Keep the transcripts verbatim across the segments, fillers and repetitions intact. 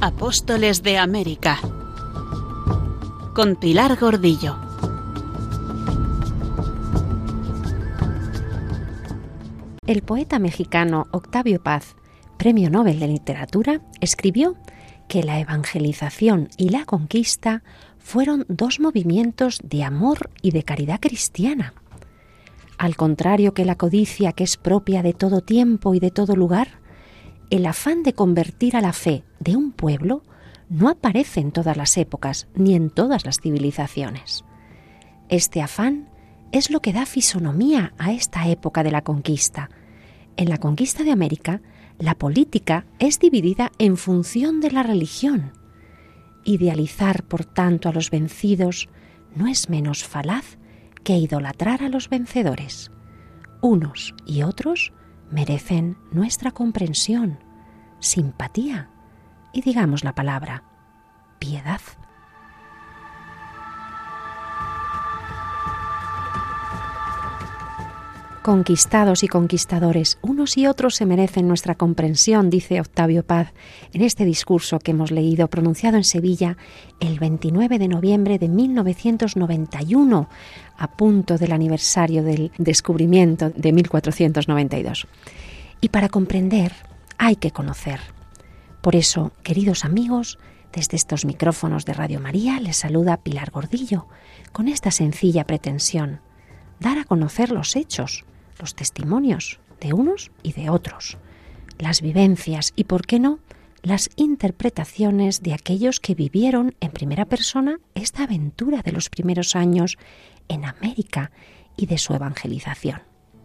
Apóstoles de América, con Pilar Gordillo. El poeta mexicano Octavio Paz, Premio Nobel de Literatura, escribió que la evangelización y la conquista fueron dos movimientos de amor y de caridad cristiana. Al contrario que la codicia, que es propia de todo tiempo y de todo lugar, el afán de convertir a la fe de un pueblo no aparece en todas las épocas ni en todas las civilizaciones. Este afán es lo que da fisonomía a esta época de la conquista. En la conquista de América, la política es dividida en función de la religión. Idealizar, por tanto, a los vencidos no es menos falaz que idolatrar a los vencedores. Unos y otros merecen nuestra comprensión, simpatía y, digamos la palabra, piedad. Conquistados y conquistadores, unos y otros se merecen nuestra comprensión, dice Octavio Paz en este discurso que hemos leído, pronunciado en Sevilla el veintinueve de noviembre de mil novecientos noventa y uno, a punto del aniversario del descubrimiento de mil cuatrocientos noventa y dos. Y para comprender hay que conocer. Por eso, queridos amigos, desde estos micrófonos de Radio María les saluda Pilar Gordillo, con esta sencilla pretensión: dar a conocer los hechos, los testimonios de unos y de otros, las vivencias y, por qué no, las interpretaciones de aquellos que vivieron en primera persona esta aventura de los primeros años en América y de su evangelización.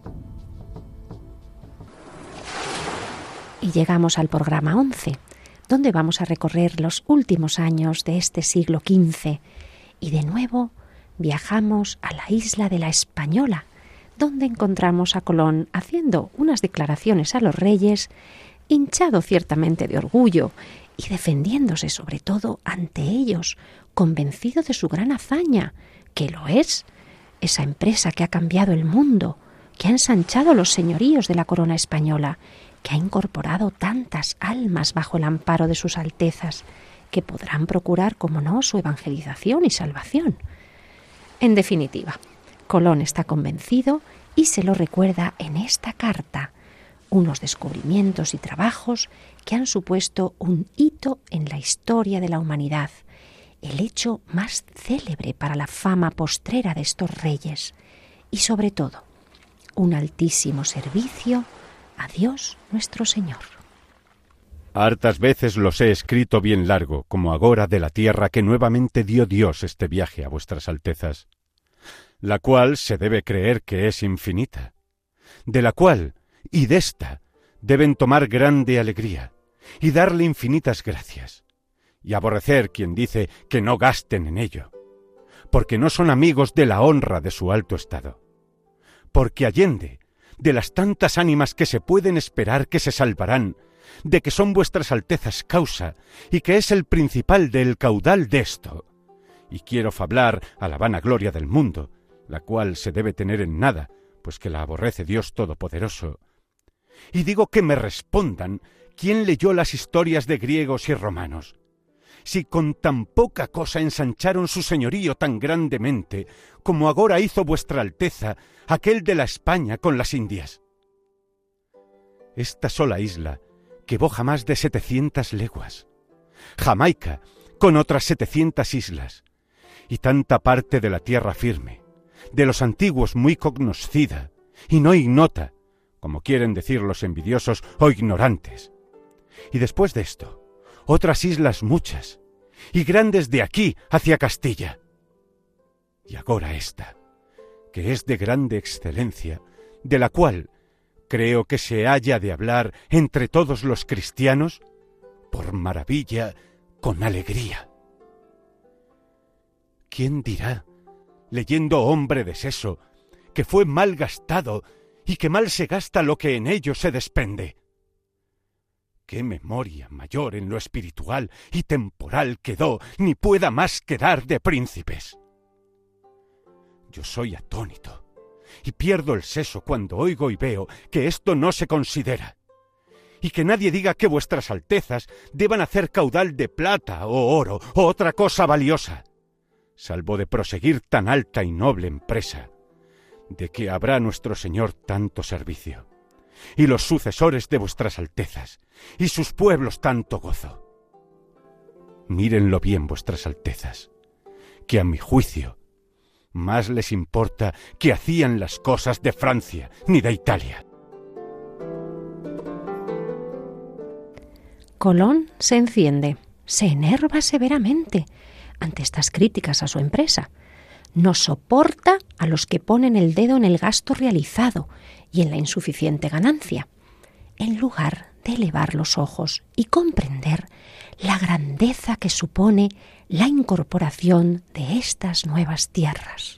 Y llegamos al programa once, donde vamos a recorrer los últimos años de este siglo quince, y de nuevo viajamos a la isla de la Española, donde encontramos a Colón haciendo unas declaraciones a los reyes, hinchado ciertamente de orgullo y defendiéndose sobre todo ante ellos, convencido de su gran hazaña, que lo es, esa empresa que ha cambiado el mundo, que ha ensanchado los señoríos de la corona española, que ha incorporado tantas almas bajo el amparo de sus altezas, que podrán procurar, como no, su evangelización y salvación. En definitiva, Colón está convencido y se lo recuerda en esta carta, unos descubrimientos y trabajos que han supuesto un hito en la historia de la humanidad, el hecho más célebre para la fama postrera de estos reyes y, sobre todo, un altísimo servicio a Dios nuestro Señor. Hartas veces los he escrito bien largo, como agora de la tierra que nuevamente dio Dios este viaje a vuestras altezas, la cual se debe creer que es infinita, de la cual y desta deben tomar grande alegría y darle infinitas gracias, y aborrecer quien dice que no gasten en ello, porque no son amigos de la honra de su alto estado, porque allende de las tantas ánimas que se pueden esperar que se salvarán, de que son vuestras altezas causa, y que es el principal del caudal de esto, y quiero fablar a la vana gloria del mundo, la cual se debe tener en nada, pues que la aborrece Dios Todopoderoso. Y digo que me respondan quién leyó las historias de griegos y romanos, si con tan poca cosa ensancharon su señorío tan grandemente, como agora hizo vuestra Alteza aquel de la España con las Indias. Esta sola isla que boja más de setecientas leguas, Jamaica con otras setecientas islas, y tanta parte de la tierra firme, de los antiguos muy cognoscida, y no ignota, como quieren decir los envidiosos o ignorantes. Y después de esto, otras islas muchas, y grandes de aquí hacia Castilla. Y agora esta, que es de grande excelencia, de la cual creo que se haya de hablar entre todos los cristianos, por maravilla, con alegría. ¿Quién dirá, leyendo Hombre de Seso, que fue mal gastado y que mal se gasta lo que en ello se despende? ¿Qué memoria mayor en lo espiritual y temporal quedó, ni pueda más quedar de príncipes? Yo soy atónito, y pierdo el seso cuando oigo y veo que esto no se considera, y que nadie diga que vuestras altezas deban hacer caudal de plata o oro o otra cosa valiosa, salvo de proseguir tan alta y noble empresa, de que habrá nuestro Señor tanto servicio, y los sucesores de vuestras altezas, y sus pueblos tanto gozo. Mírenlo bien vuestras altezas, que a mi juicio más les importa que hacían las cosas de Francia ni de Italia. Colón se enciende, se enerva severamente ante estas críticas a su empresa. No soporta a los que ponen el dedo en el gasto realizado y en la insuficiente ganancia, en lugar de elevar los ojos y comprender la grandeza que supone la incorporación de estas nuevas tierras.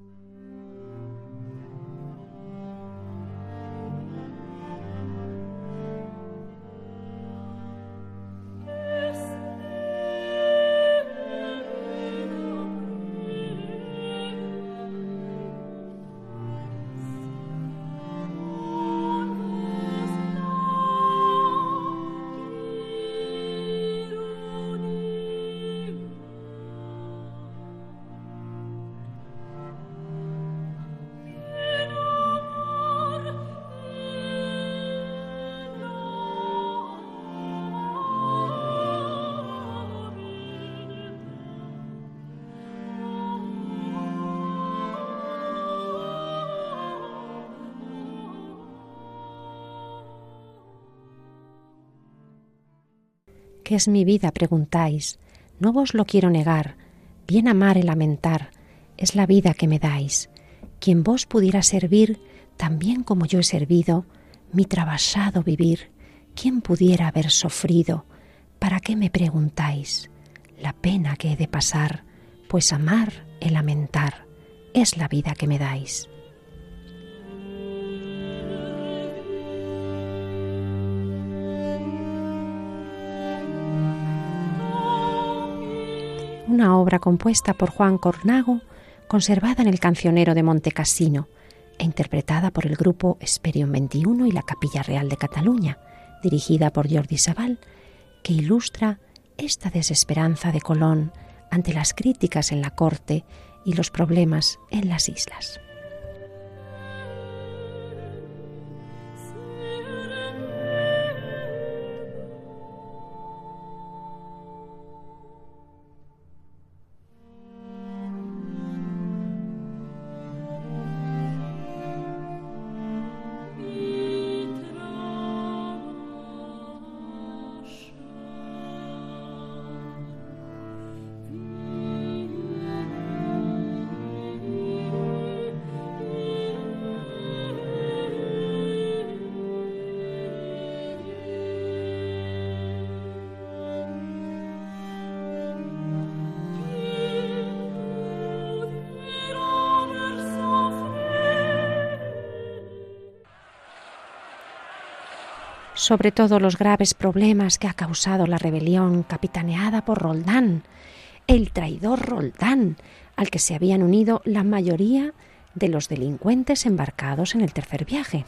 ¿Qué es mi vida?, preguntáis. No vos lo quiero negar. Bien amar y lamentar es la vida que me dais. Quien vos pudiera servir, también como yo he servido, mi trabajado vivir, ¿quién pudiera haber sofrido? ¿Para qué me preguntáis? La pena que he de pasar, pues amar y lamentar es la vida que me dais. Una obra compuesta por Juan Cornago, conservada en el Cancionero de Montecassino e interpretada por el grupo Esperion veintiuno y la Capilla Real de Cataluña, dirigida por Jordi Sabal, que ilustra esta desesperanza de Colón ante las críticas en la corte y los problemas en las islas. Sobre todo los graves problemas que ha causado la rebelión capitaneada por Roldán, el traidor Roldán, al que se habían unido la mayoría de los delincuentes embarcados en el tercer viaje.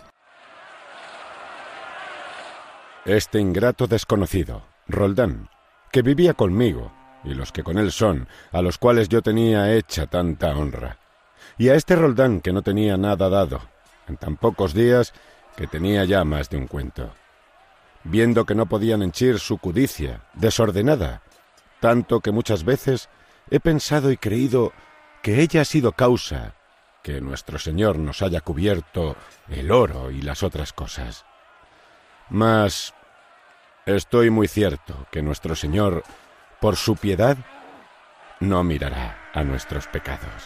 Este ingrato desconocido, Roldán, que vivía conmigo, y los que con él son, a los cuales yo tenía hecha tanta honra, y a este Roldán que no tenía nada dado, en tan pocos días que tenía ya más de un cuento, viendo que no podían henchir su cudicia, desordenada, tanto que muchas veces he pensado y creído que ella ha sido causa que nuestro Señor nos haya cubierto el oro y las otras cosas. Mas estoy muy cierto que nuestro Señor, por su piedad, no mirará a nuestros pecados.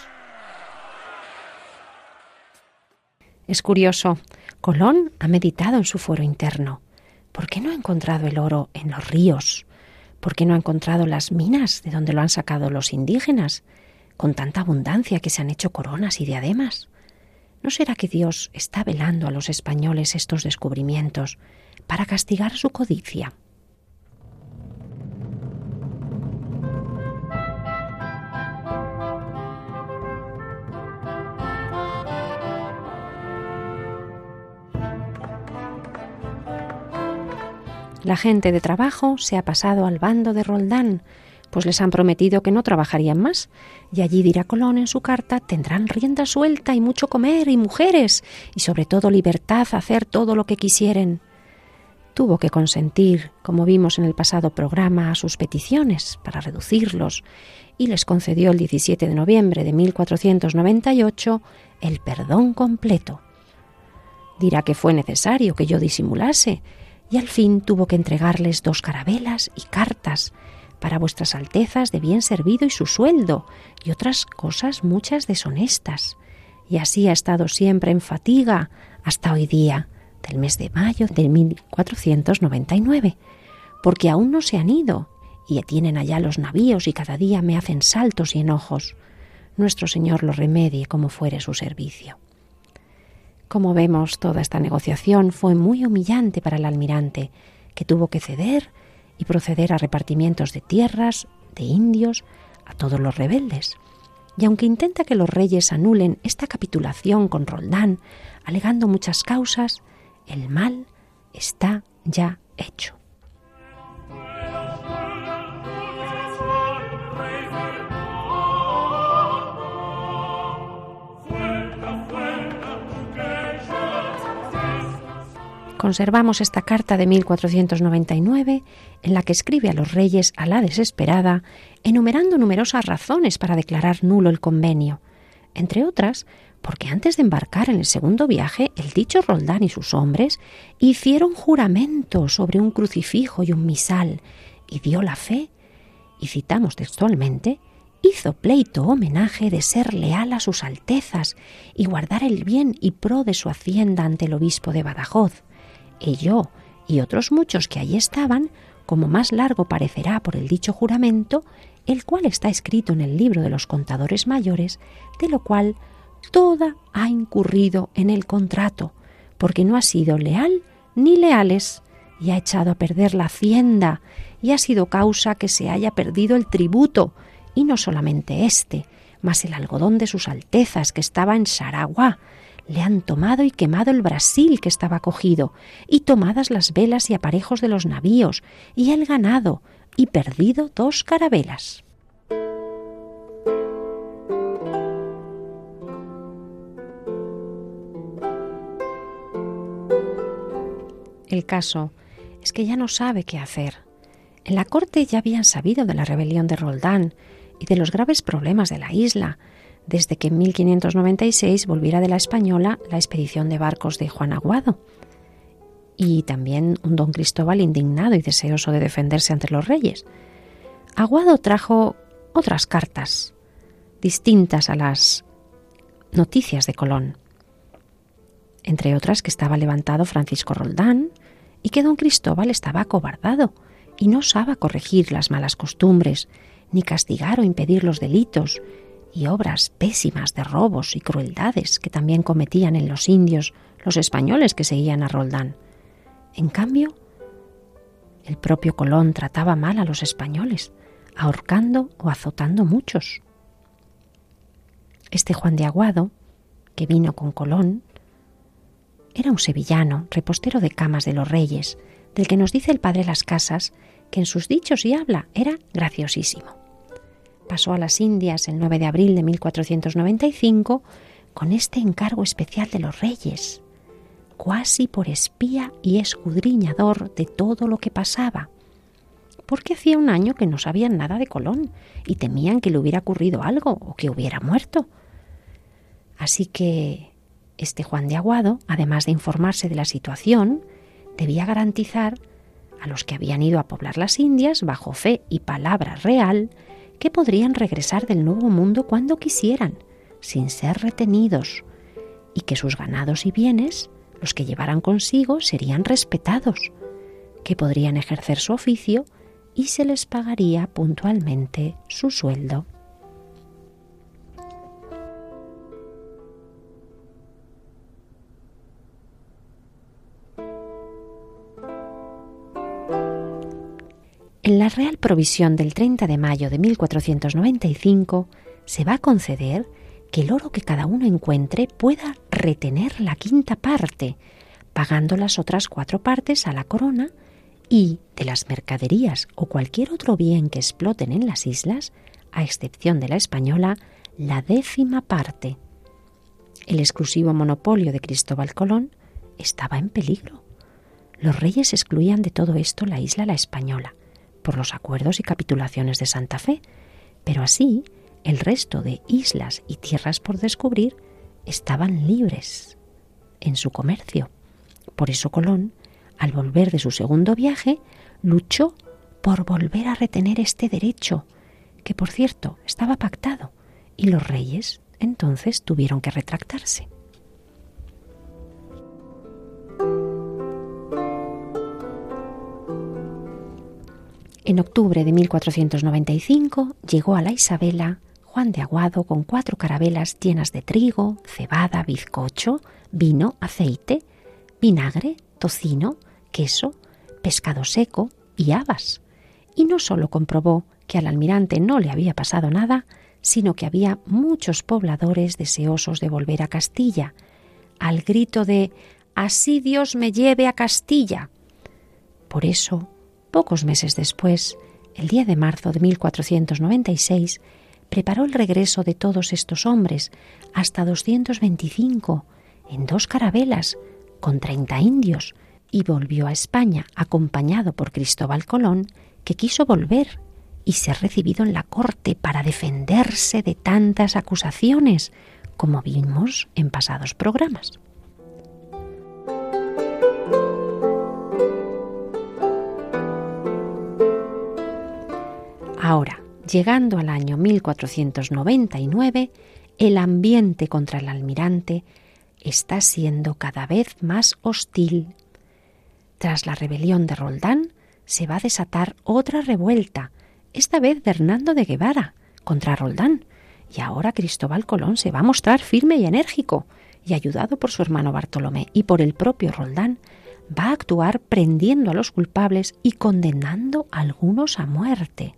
Es curioso, Colón ha meditado en su fuero interno. ¿Por qué no ha encontrado el oro en los ríos? ¿Por qué no ha encontrado las minas de donde lo han sacado los indígenas, con tanta abundancia que se han hecho coronas y diademas? ¿No será que Dios está velando a los españoles estos descubrimientos para castigar su codicia? La gente de trabajo se ha pasado al bando de Roldán, pues les han prometido que no trabajarían más, y allí dirá Colón en su carta: tendrán rienda suelta y mucho comer y mujeres, y sobre todo libertad a hacer todo lo que quisieren. Tuvo que consentir, como vimos en el pasado programa, a sus peticiones para reducirlos, y les concedió el diecisiete de noviembre de mil cuatrocientos noventa y ocho el perdón completo. Dirá que fue necesario que yo disimulase, y al fin tuvo que entregarles dos carabelas y cartas para vuestras altezas de bien servido y su sueldo, y otras cosas muchas deshonestas. Y así ha estado siempre en fatiga hasta hoy día, del mes de mayo de mil cuatrocientos noventa y nueve, porque aún no se han ido, y tienen allá los navíos y cada día me hacen saltos y enojos. Nuestro Señor lo remedie como fuere su servicio. Como vemos, toda esta negociación fue muy humillante para el almirante, que tuvo que ceder y proceder a repartimientos de tierras, de indios, a todos los rebeldes. Y aunque intenta que los reyes anulen esta capitulación con Roldán, alegando muchas causas, el mal está ya hecho. Conservamos esta carta de mil cuatrocientos noventa y nueve en la que escribe a los reyes a la desesperada, enumerando numerosas razones para declarar nulo el convenio, entre otras porque antes de embarcar en el segundo viaje el dicho Roldán y sus hombres hicieron juramento sobre un crucifijo y un misal y dio la fe, y citamos textualmente: hizo pleito homenaje de ser leal a sus altezas y guardar el bien y pro de su hacienda ante el obispo de Badajoz. Y yo y otros muchos que allí estaban, como más largo parecerá por el dicho juramento, el cual está escrito en el libro de los contadores mayores, de lo cual toda ha incurrido en el contrato, porque no ha sido leal ni leales, y ha echado a perder la hacienda, y ha sido causa que se haya perdido el tributo, y no solamente este, mas el algodón de sus altezas que estaba en Saragua. Le han tomado y quemado el brasil que estaba cogido, y tomadas las velas y aparejos de los navíos, y el ganado, y perdido dos carabelas. El caso es que ya no sabe qué hacer. En la corte ya habían sabido de la rebelión de Roldán y de los graves problemas de la isla, desde que en mil quinientos noventa y seis volviera de la Española la expedición de barcos de Juan Aguado, y también un don Cristóbal indignado y deseoso de defenderse ante los reyes. Aguado trajo otras cartas, distintas a las noticias de Colón, entre otras que estaba levantado Francisco Roldán y que don Cristóbal estaba acobardado y no osaba corregir las malas costumbres, ni castigar o impedir los delitos y obras pésimas de robos y crueldades que también cometían en los indios los españoles que seguían a Roldán. En cambio, el propio Colón trataba mal a los españoles, ahorcando o azotando muchos. Este Juan de Aguado, que vino con Colón, era un sevillano, repostero de camas de los reyes, del que nos dice el padre Las Casas que en sus dichos y habla era graciosísimo. Pasó a las Indias el nueve de abril de mil cuatrocientos noventa y cinco con este encargo especial de los reyes, cuasi por espía y escudriñador de todo lo que pasaba, porque hacía un año que no sabían nada de Colón y temían que le hubiera ocurrido algo o que hubiera muerto. Así que este Juan de Aguado, además de informarse de la situación, debía garantizar a los que habían ido a poblar las Indias bajo fe y palabra real que podrían regresar del Nuevo Mundo cuando quisieran, sin ser retenidos, y que sus ganados y bienes, los que llevaran consigo, serían respetados, que podrían ejercer su oficio y se les pagaría puntualmente su sueldo. En la Real Provisión del treinta de mayo de mil cuatrocientos noventa y cinco se va a conceder que el oro que cada uno encuentre pueda retener la quinta parte, pagando las otras cuatro partes a la corona y de las mercaderías o cualquier otro bien que exploten en las islas, a excepción de la española, la décima parte. El exclusivo monopolio de Cristóbal Colón estaba en peligro. Los reyes excluían de todo esto la isla La Española, por los acuerdos y capitulaciones de Santa Fe, pero así el resto de islas y tierras por descubrir estaban libres en su comercio. Por eso Colón, al volver de su segundo viaje, luchó por volver a retener este derecho, que por cierto estaba pactado, y los reyes entonces tuvieron que retractarse. En octubre de mil cuatrocientos noventa y cinco llegó a la Isabela Juan de Aguado con cuatro carabelas llenas de trigo, cebada, bizcocho, vino, aceite, vinagre, tocino, queso, pescado seco y habas. Y no solo comprobó que al almirante no le había pasado nada, sino que había muchos pobladores deseosos de volver a Castilla, al grito de «Así Dios me lleve a Castilla». Por eso, pocos meses después, el diez de marzo de mil cuatrocientos noventa y seis, preparó el regreso de todos estos hombres, hasta doscientos veinticinco, en dos carabelas, con treinta indios, y volvió a España acompañado por Cristóbal Colón, que quiso volver y ser recibido en la corte para defenderse de tantas acusaciones, como vimos en pasados programas. Ahora, llegando al año mil cuatrocientos noventa y nueve, el ambiente contra el almirante está siendo cada vez más hostil. Tras la rebelión de Roldán, se va a desatar otra revuelta, esta vez de Hernando de Guevara, contra Roldán, y ahora Cristóbal Colón se va a mostrar firme y enérgico, y ayudado por su hermano Bartolomé y por el propio Roldán, va a actuar prendiendo a los culpables y condenando a algunos a muerte.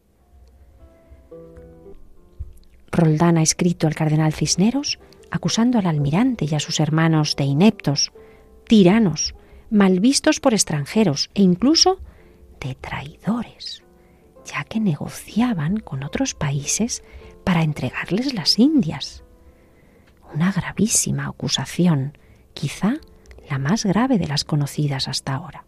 Roldán ha escrito al cardenal Cisneros acusando al almirante y a sus hermanos de ineptos, tiranos, mal vistos por extranjeros e incluso de traidores, ya que negociaban con otros países para entregarles las Indias. Una gravísima acusación, quizá la más grave de las conocidas hasta ahora.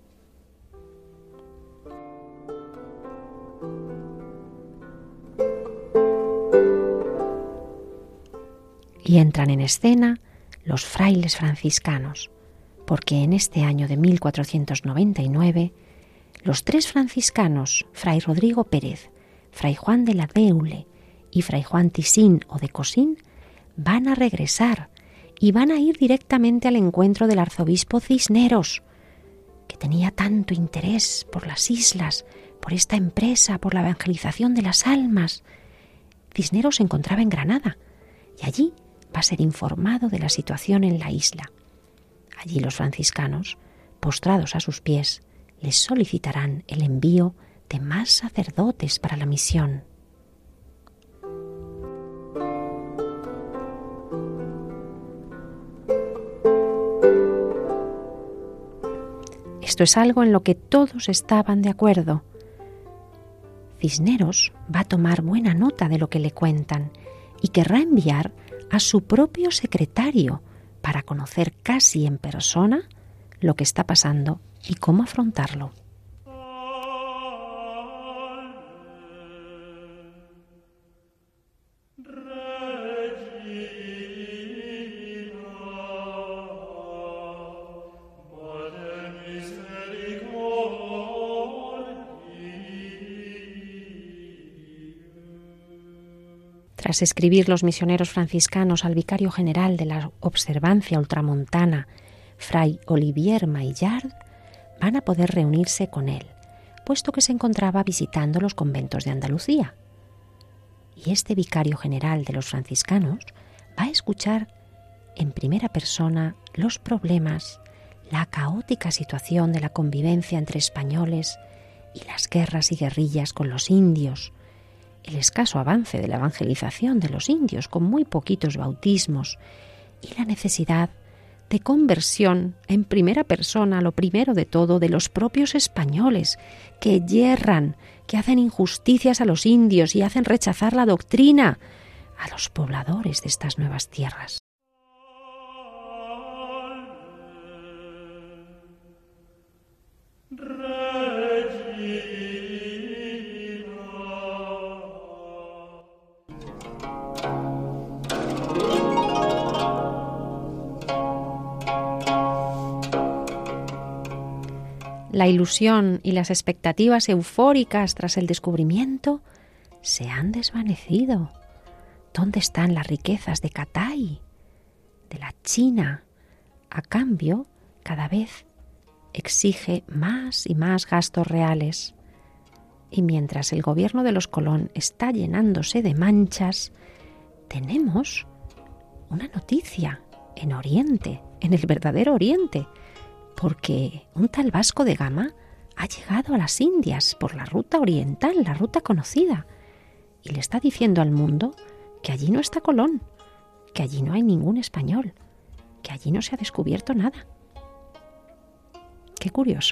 Y entran en escena los frailes franciscanos, porque en este año de mil cuatrocientos noventa y nueve, los tres franciscanos, Fray Rodrigo Pérez, Fray Juan de la Deule y Fray Juan Tisín o de Cosín, van a regresar y van a ir directamente al encuentro del arzobispo Cisneros, que tenía tanto interés por las islas, por esta empresa, por la evangelización de las almas. Cisneros se encontraba en Granada y allí va a ser informado de la situación en la isla. Allí los franciscanos, postrados a sus pies, les solicitarán el envío de más sacerdotes para la misión. Esto es algo en lo que todos estaban de acuerdo. Cisneros va a tomar buena nota de lo que le cuentan y querrá enviar a su propio secretario para conocer casi en persona lo que está pasando y cómo afrontarlo. Tras escribir los misioneros franciscanos al vicario general de la Observancia Ultramontana, Fray Olivier Maillard, van a poder reunirse con él, puesto que se encontraba visitando los conventos de Andalucía. Y este vicario general de los franciscanos va a escuchar en primera persona los problemas, la caótica situación de la convivencia entre españoles y las guerras y guerrillas con los indios, el escaso avance de la evangelización de los indios con muy poquitos bautismos y la necesidad de conversión en primera persona, lo primero de todo, de los propios españoles, que yerran, que hacen injusticias a los indios y hacen rechazar la doctrina a los pobladores de estas nuevas tierras. La ilusión y las expectativas eufóricas tras el descubrimiento se han desvanecido. ¿Dónde están las riquezas de Cathay, de la China? A cambio, cada vez exige más y más gastos reales. Y mientras el gobierno de los Colón está llenándose de manchas, tenemos una noticia en Oriente, en el verdadero Oriente, porque un tal Vasco de Gama ha llegado a las Indias por la ruta oriental, la ruta conocida, y le está diciendo al mundo que allí no está Colón, que allí no hay ningún español, que allí no se ha descubierto nada. Qué curioso.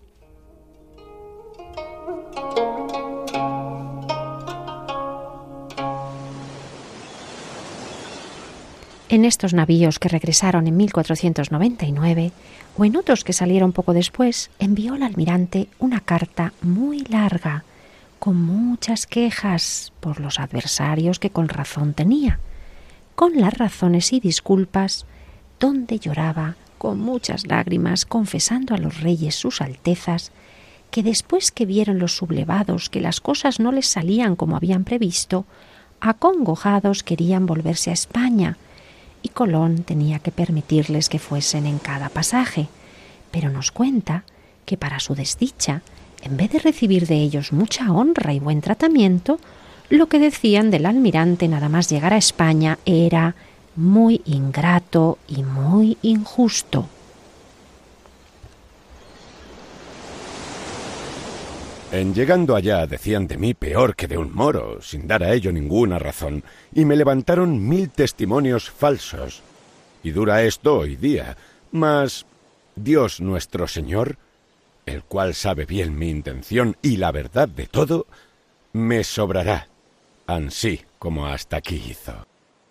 En estos navíos que regresaron en mil cuatrocientos noventa y nueve, o en otros que salieron poco después, envió el almirante una carta muy larga, con muchas quejas por los adversarios que con razón tenía, con las razones y disculpas, donde lloraba con muchas lágrimas, confesando a los reyes sus altezas, que después que vieron los sublevados que las cosas no les salían como habían previsto, acongojados querían volverse a España, y Colón tenía que permitirles que fuesen en cada pasaje, pero nos cuenta que para su desdicha, en vez de recibir de ellos mucha honra y buen tratamiento, lo que decían del almirante nada más llegar a España era muy ingrato y muy injusto. En llegando allá decían de mí peor que de un moro, sin dar a ello ninguna razón, y me levantaron mil testimonios falsos. Y dura esto hoy día, mas Dios nuestro Señor, el cual sabe bien mi intención y la verdad de todo, me sobrará, ansí como hasta aquí hizo.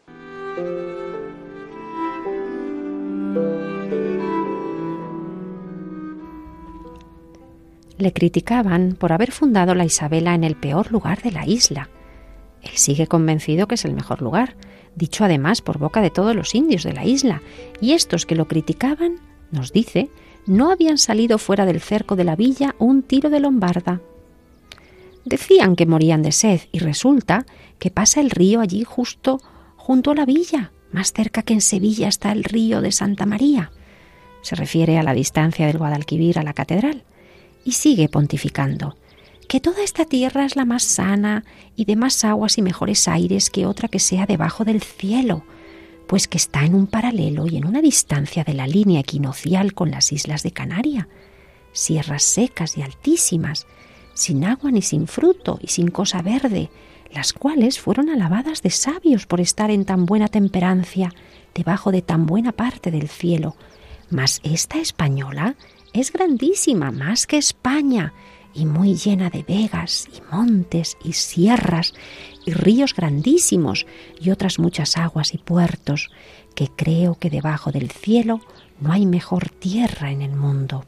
Le criticaban por haber fundado la Isabela en el peor lugar de la isla. Él sigue convencido que es el mejor lugar, dicho además por boca de todos los indios de la isla, y estos que lo criticaban, nos dice, no habían salido fuera del cerco de la villa un tiro de lombarda. Decían que morían de sed, y resulta que pasa el río allí justo junto a la villa, más cerca que en Sevilla está el río de Santa María. Se refiere a la distancia del Guadalquivir a la catedral. Y sigue pontificando, que toda esta tierra es la más sana y de más aguas y mejores aires que otra que sea debajo del cielo, pues que está en un paralelo y en una distancia de la línea equinocial con las islas de Canaria, sierras secas y altísimas, sin agua ni sin fruto y sin cosa verde, las cuales fueron alabadas de sabios por estar en tan buena temperancia, debajo de tan buena parte del cielo, mas esta española es grandísima, más que España, y muy llena de vegas y montes y sierras y ríos grandísimos y otras muchas aguas y puertos, que creo que debajo del cielo no hay mejor tierra en el mundo.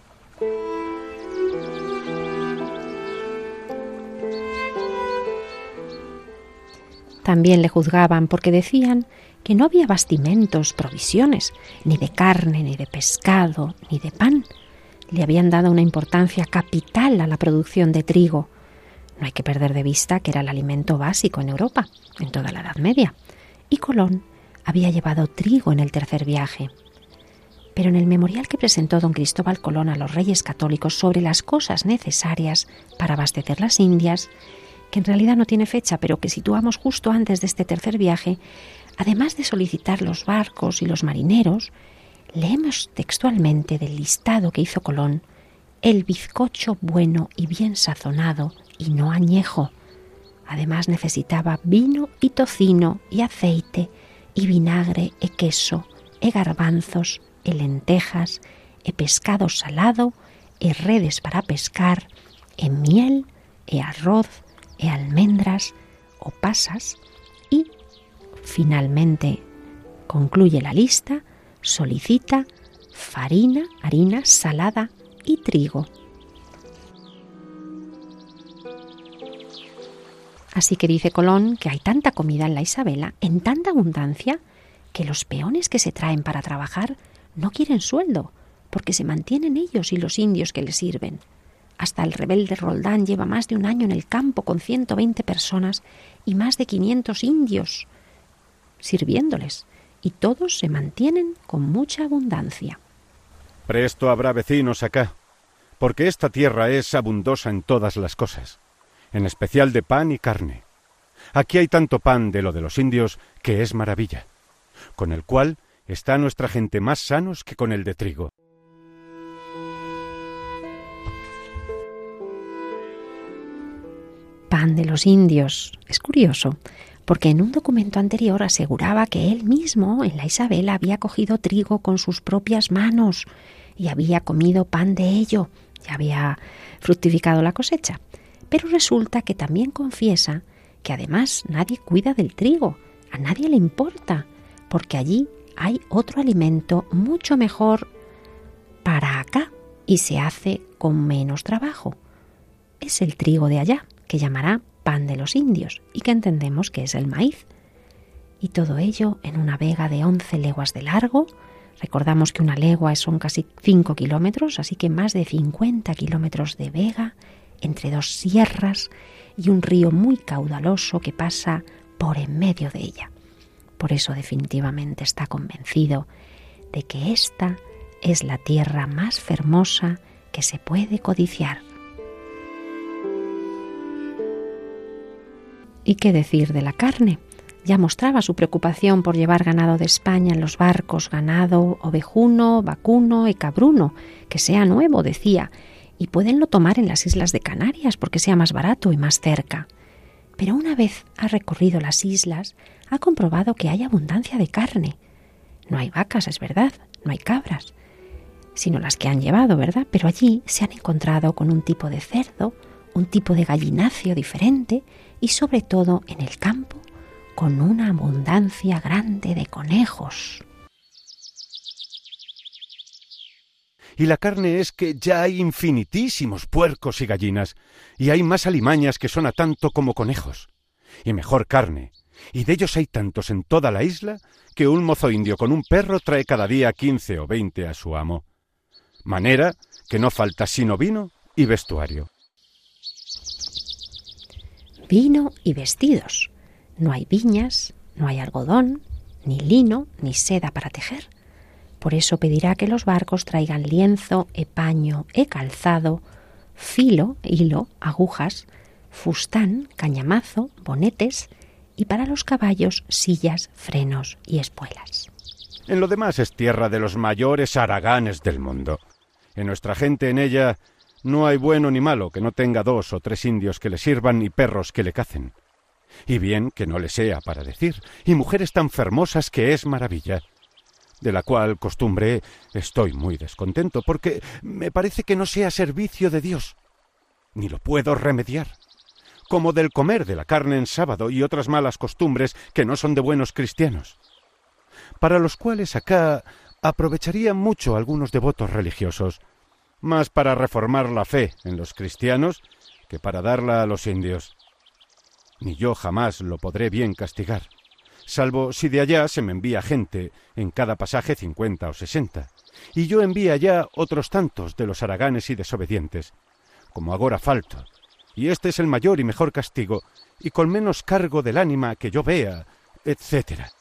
También le juzgaban porque decían que no había bastimentos, provisiones, ni de carne, ni de pescado, ni de pan. Le habían dado una importancia capital a la producción de trigo. No hay que perder de vista que era el alimento básico en Europa, en toda la Edad Media. Y Colón había llevado trigo en el tercer viaje. Pero en el memorial que presentó don Cristóbal Colón a los reyes católicos sobre las cosas necesarias para abastecer las Indias, que en realidad no tiene fecha, pero que situamos justo antes de este tercer viaje, además de solicitar los barcos y los marineros, leemos textualmente del listado que hizo Colón: el bizcocho bueno y bien sazonado y no añejo. Además necesitaba vino y tocino y aceite y vinagre y queso e garbanzos, e lentejas, e pescado salado, e redes para pescar, e miel, e arroz, e almendras o pasas, y finalmente concluye la lista, solicita farina, harina salada y trigo. Así que dice Colón que hay tanta comida en la Isabela, en tanta abundancia, que los peones que se traen para trabajar no quieren sueldo, porque se mantienen ellos y los indios que les sirven. Hasta el rebelde Roldán lleva más de un año en el campo con ciento veinte personas y más de quinientos indios sirviéndoles, y todos se mantienen con mucha abundancia. Presto habrá vecinos acá, porque esta tierra es abundosa en todas las cosas, en especial de pan y carne. Aquí hay tanto pan de lo de los indios que es maravilla, con el cual está nuestra gente más sanos que con el de trigo. Pan de los indios. Es curioso, porque en un documento anterior aseguraba que él mismo en la Isabela había cogido trigo con sus propias manos y había comido pan de ello, ya había fructificado la cosecha. Pero resulta que también confiesa que además nadie cuida del trigo, a nadie le importa, porque allí hay otro alimento mucho mejor para acá y se hace con menos trabajo. Es el trigo de allá, que llamará pan de los indios y que entendemos que es el maíz. Y todo ello en una vega de once leguas de largo. Recordamos que una legua son casi cinco kilómetros, así que más de cincuenta kilómetros de vega, entre dos sierras y un río muy caudaloso que pasa por en medio de ella. Por eso definitivamente está convencido de que esta es la tierra más fermosa que se puede codiciar. ¿Y qué decir de la carne? Ya mostraba su preocupación por llevar ganado de España en los barcos, ganado ovejuno, vacuno y cabruno, que sea nuevo, decía, y puedenlo tomar en las islas de Canarias porque sea más barato y más cerca. Pero una vez ha recorrido las islas, ha comprobado que hay abundancia de carne. No hay vacas, es verdad, no hay cabras, sino las que han llevado, ¿verdad? Pero allí se han encontrado con un tipo de cerdo, un tipo de gallinacio diferente y sobre todo en el campo con una abundancia grande de conejos. Y la carne es que ya hay infinitísimos puercos y gallinas, y hay más alimañas que son a tanto como conejos, y mejor carne, y de ellos hay tantos en toda la isla que un mozo indio con un perro trae cada día quince o veinte a su amo. Manera que no falta sino vino y vestuario. Vino y vestidos. No hay viñas, no hay algodón, ni lino, ni seda para tejer. Por eso pedirá que los barcos traigan lienzo, e paño, e calzado, filo, hilo, agujas, fustán, cañamazo, bonetes y para los caballos sillas, frenos y espuelas. En lo demás es tierra de los mayores haraganes del mundo. En nuestra gente en ella no hay bueno ni malo que no tenga dos o tres indios que le sirvan y perros que le cacen. Y bien que no le sea para decir, y mujeres tan fermosas que es maravilla. De la cual costumbre estoy muy descontento, porque me parece que no sea servicio de Dios, ni lo puedo remediar, como del comer de la carne en sábado y otras malas costumbres que no son de buenos cristianos, para los cuales acá aprovecharían mucho algunos devotos religiosos, más para reformar la fe en los cristianos que para darla a los indios. Ni yo jamás lo podré bien castigar, salvo si de allá se me envía gente, en cada pasaje cincuenta o sesenta, y yo envío allá otros tantos de los haraganes y desobedientes, como agora falto, y este es el mayor y mejor castigo, y con menos cargo del ánima que yo vea, etcétera.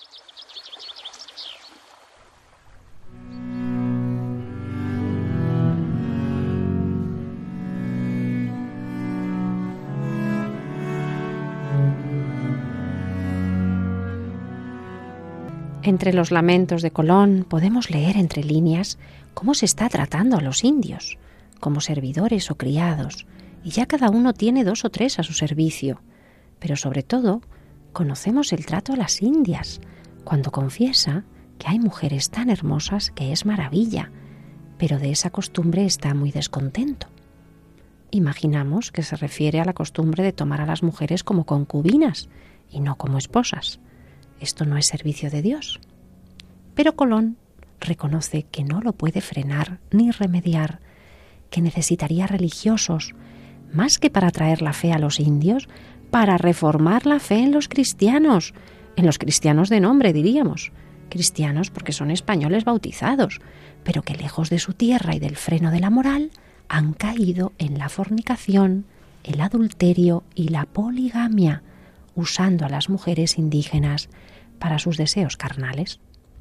Entre los lamentos de Colón podemos leer entre líneas cómo se está tratando a los indios, como servidores o criados, y ya cada uno tiene dos o tres a su servicio. Pero sobre todo, conocemos el trato a las indias, cuando confiesa que hay mujeres tan hermosas que es maravilla, pero de esa costumbre está muy descontento. Imaginamos que se refiere a la costumbre de tomar a las mujeres como concubinas y no como esposas. Esto no es servicio de Dios. Pero Colón reconoce que no lo puede frenar ni remediar, que necesitaría religiosos, más que para traer la fe a los indios, para reformar la fe en los cristianos, en los cristianos de nombre, diríamos. Cristianos porque son españoles bautizados, pero que lejos de su tierra y del freno de la moral, han caído en la fornicación, el adulterio y la poligamia, usando a las mujeres indígenas para sus deseos carnales.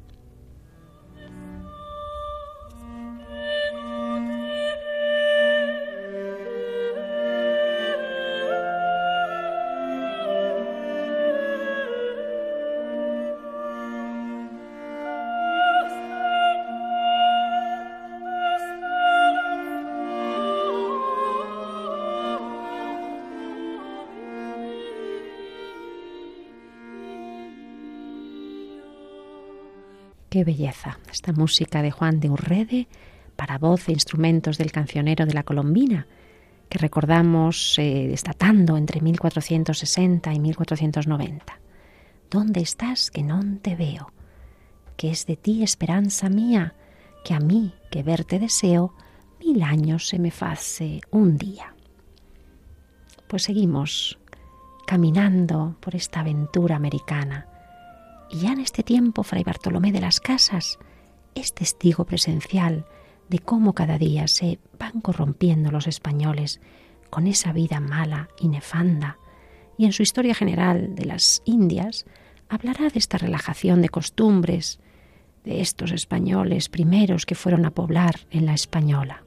Qué belleza, esta música de Juan de Urrede para voz e instrumentos del cancionero de la Colombina, que recordamos eh, estatando entre mil cuatrocientos sesenta y mil cuatrocientos noventa. ¿Dónde estás que non te veo? Que es de ti esperanza mía, que a mí que verte deseo, mil años se me face un día. Pues seguimos caminando por esta aventura americana. Y ya en este tiempo Fray Bartolomé de las Casas es testigo presencial de cómo cada día se van corrompiendo los españoles con esa vida mala y nefanda, y en su historia general de las Indias hablará de esta relajación de costumbres de estos españoles primeros que fueron a poblar en la Española.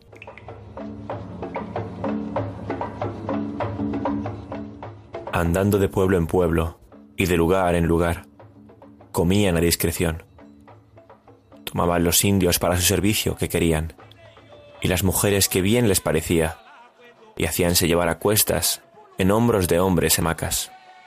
Andando de pueblo en pueblo y de lugar en lugar, comían a discreción. Tomaban los indios para su servicio que querían, y las mujeres que bien les parecía, y hacíanse llevar a cuestas en hombros de hombres hamacas.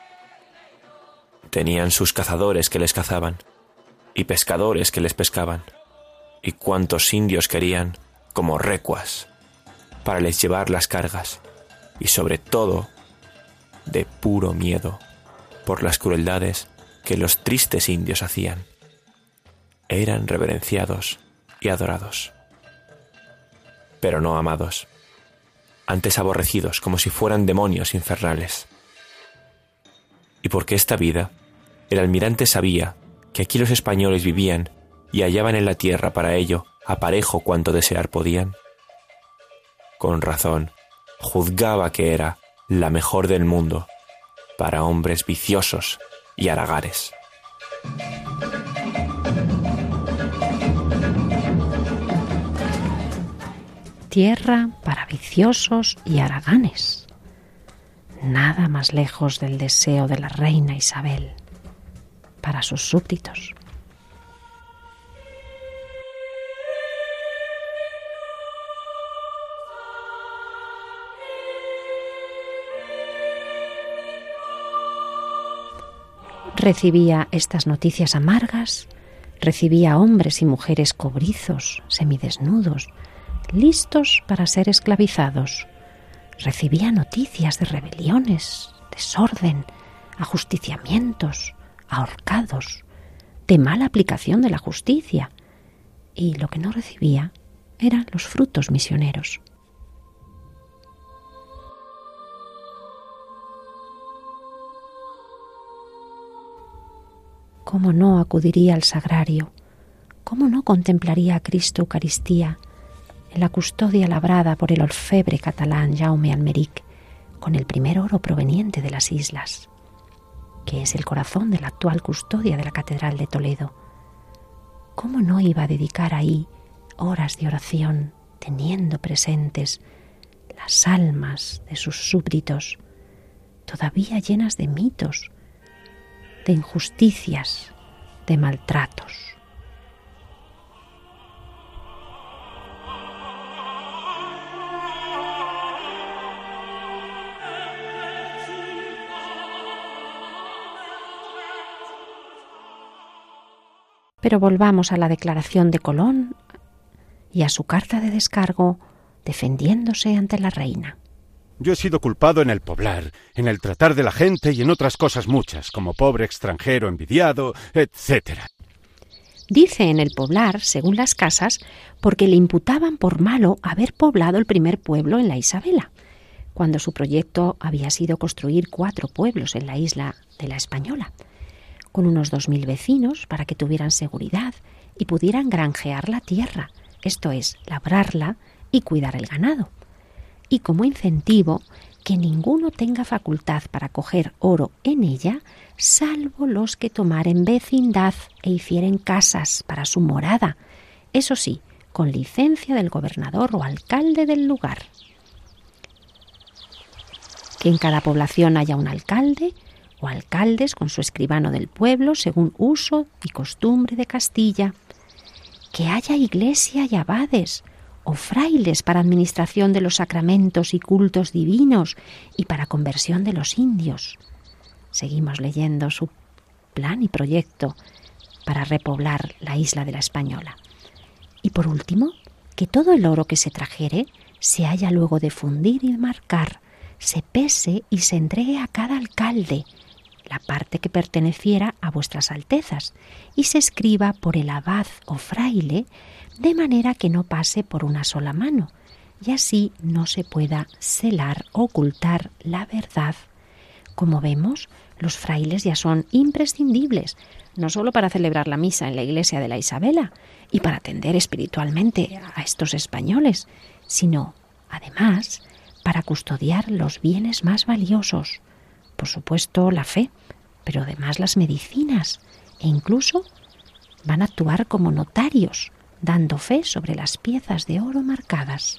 Tenían sus cazadores que les cazaban, y pescadores que les pescaban, y cuantos indios querían como recuas, para les llevar las cargas, y sobre todo, de puro miedo, por las crueldades que los tristes indios hacían. Eran reverenciados y adorados, pero no amados, antes aborrecidos como si fueran demonios infernales. Y porque esta vida, el almirante sabía que aquí los españoles vivían y hallaban en la tierra para ello aparejo cuanto desear podían, con razón juzgaba que era la mejor del mundo para hombres viciosos y haraganes. Tierra para viciosos y haraganes. Nada más lejos del deseo de la reina Isabel para sus súbditos. Recibía estas noticias amargas, recibía hombres y mujeres cobrizos, semidesnudos, listos para ser esclavizados. Recibía noticias de rebeliones, desorden, ajusticiamientos, ahorcados, de mala aplicación de la justicia. Y lo que no recibía eran los frutos misioneros. ¿Cómo no acudiría al sagrario? ¿Cómo no contemplaría a Cristo Eucaristía en la custodia labrada por el orfebre catalán Jaume Almeric con el primer oro proveniente de las islas, que es el corazón de la actual custodia de la Catedral de Toledo? ¿Cómo no iba a dedicar ahí horas de oración, teniendo presentes las almas de sus súbditos, todavía llenas de mitos, de injusticias, de maltratos? Pero volvamos a la declaración de Colón y a su carta de descargo defendiéndose ante la reina. Yo he sido culpado en el poblar, en el tratar de la gente y en otras cosas muchas, como pobre extranjero envidiado, etcétera. Dice en el poblar, según las casas, porque le imputaban por malo haber poblado el primer pueblo en la Isabela, cuando su proyecto había sido construir cuatro pueblos en la isla de la Española, con unos dos mil vecinos para que tuvieran seguridad y pudieran granjear la tierra, esto es, labrarla y cuidar el ganado. Y como incentivo, que ninguno tenga facultad para coger oro en ella, salvo los que tomaren vecindad e hicieren casas para su morada, eso sí, con licencia del gobernador o alcalde del lugar. Que en cada población haya un alcalde o alcaldes con su escribano del pueblo, según uso y costumbre de Castilla. Que haya iglesia y abades, o frailes para administración de los sacramentos y cultos divinos y para conversión de los indios. Seguimos leyendo su plan y proyecto para repoblar la isla de la Española. Y por último, que todo el oro que se trajere se haya luego de fundir y marcar, se pese y se entregue a cada alcalde, la parte que perteneciera a vuestras altezas, y se escriba por el abad o fraile, de manera que no pase por una sola mano, y así no se pueda celar o ocultar la verdad. Como vemos, los frailes ya son imprescindibles, no solo para celebrar la misa en la iglesia de la Isabela y para atender espiritualmente a estos españoles, sino, además, para custodiar los bienes más valiosos, por supuesto la fe, pero además las medicinas, e incluso van a actuar como notarios, dando fe sobre las piezas de oro marcadas.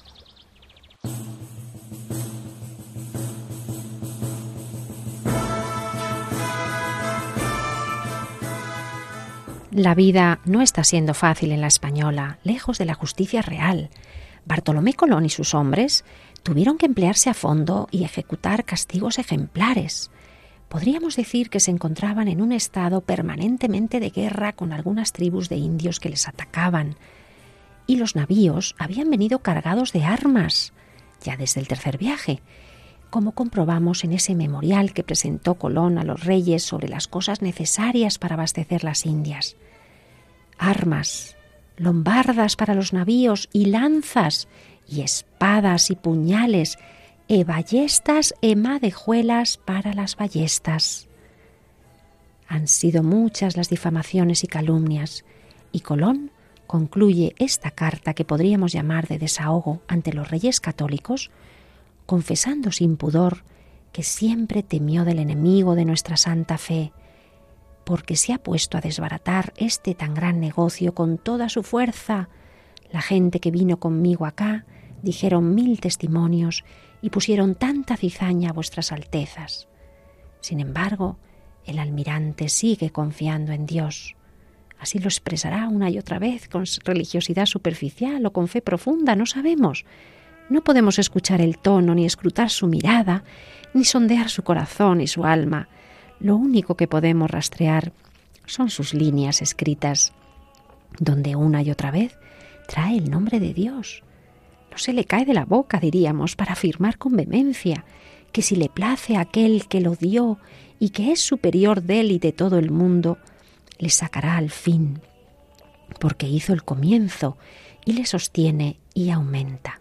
La vida no está siendo fácil en la Española, lejos de la justicia real. Bartolomé Colón y sus hombres tuvieron que emplearse a fondo y ejecutar castigos ejemplares. Podríamos decir que se encontraban en un estado permanentemente de guerra con algunas tribus de indios que les atacaban. Y los navíos habían venido cargados de armas, ya desde el tercer viaje, como comprobamos en ese memorial que presentó Colón a los reyes sobre las cosas necesarias para abastecer las Indias. Armas, lombardas para los navíos y lanzas, y espadas y puñales, e ballestas e madejuelas para las ballestas. Han sido muchas las difamaciones y calumnias, y Colón concluye esta carta que podríamos llamar de desahogo ante los reyes católicos, confesando sin pudor que siempre temió del enemigo de nuestra santa fe, porque se ha puesto a desbaratar este tan gran negocio con toda su fuerza. La gente que vino conmigo acá dijeron mil testimonios y pusieron tanta cizaña a vuestras altezas. Sin embargo, el almirante sigue confiando en Dios. Así lo expresará una y otra vez con religiosidad superficial o con fe profunda, no sabemos. No podemos escuchar el tono, ni escrutar su mirada, ni sondear su corazón y su alma. Lo único que podemos rastrear son sus líneas escritas, donde una y otra vez trae el nombre de Dios. No se le cae de la boca, diríamos, para afirmar con vehemencia que si le place a aquel que lo dio y que es superior de él y de todo el mundo, le sacará al fin, porque hizo el comienzo y le sostiene y aumenta.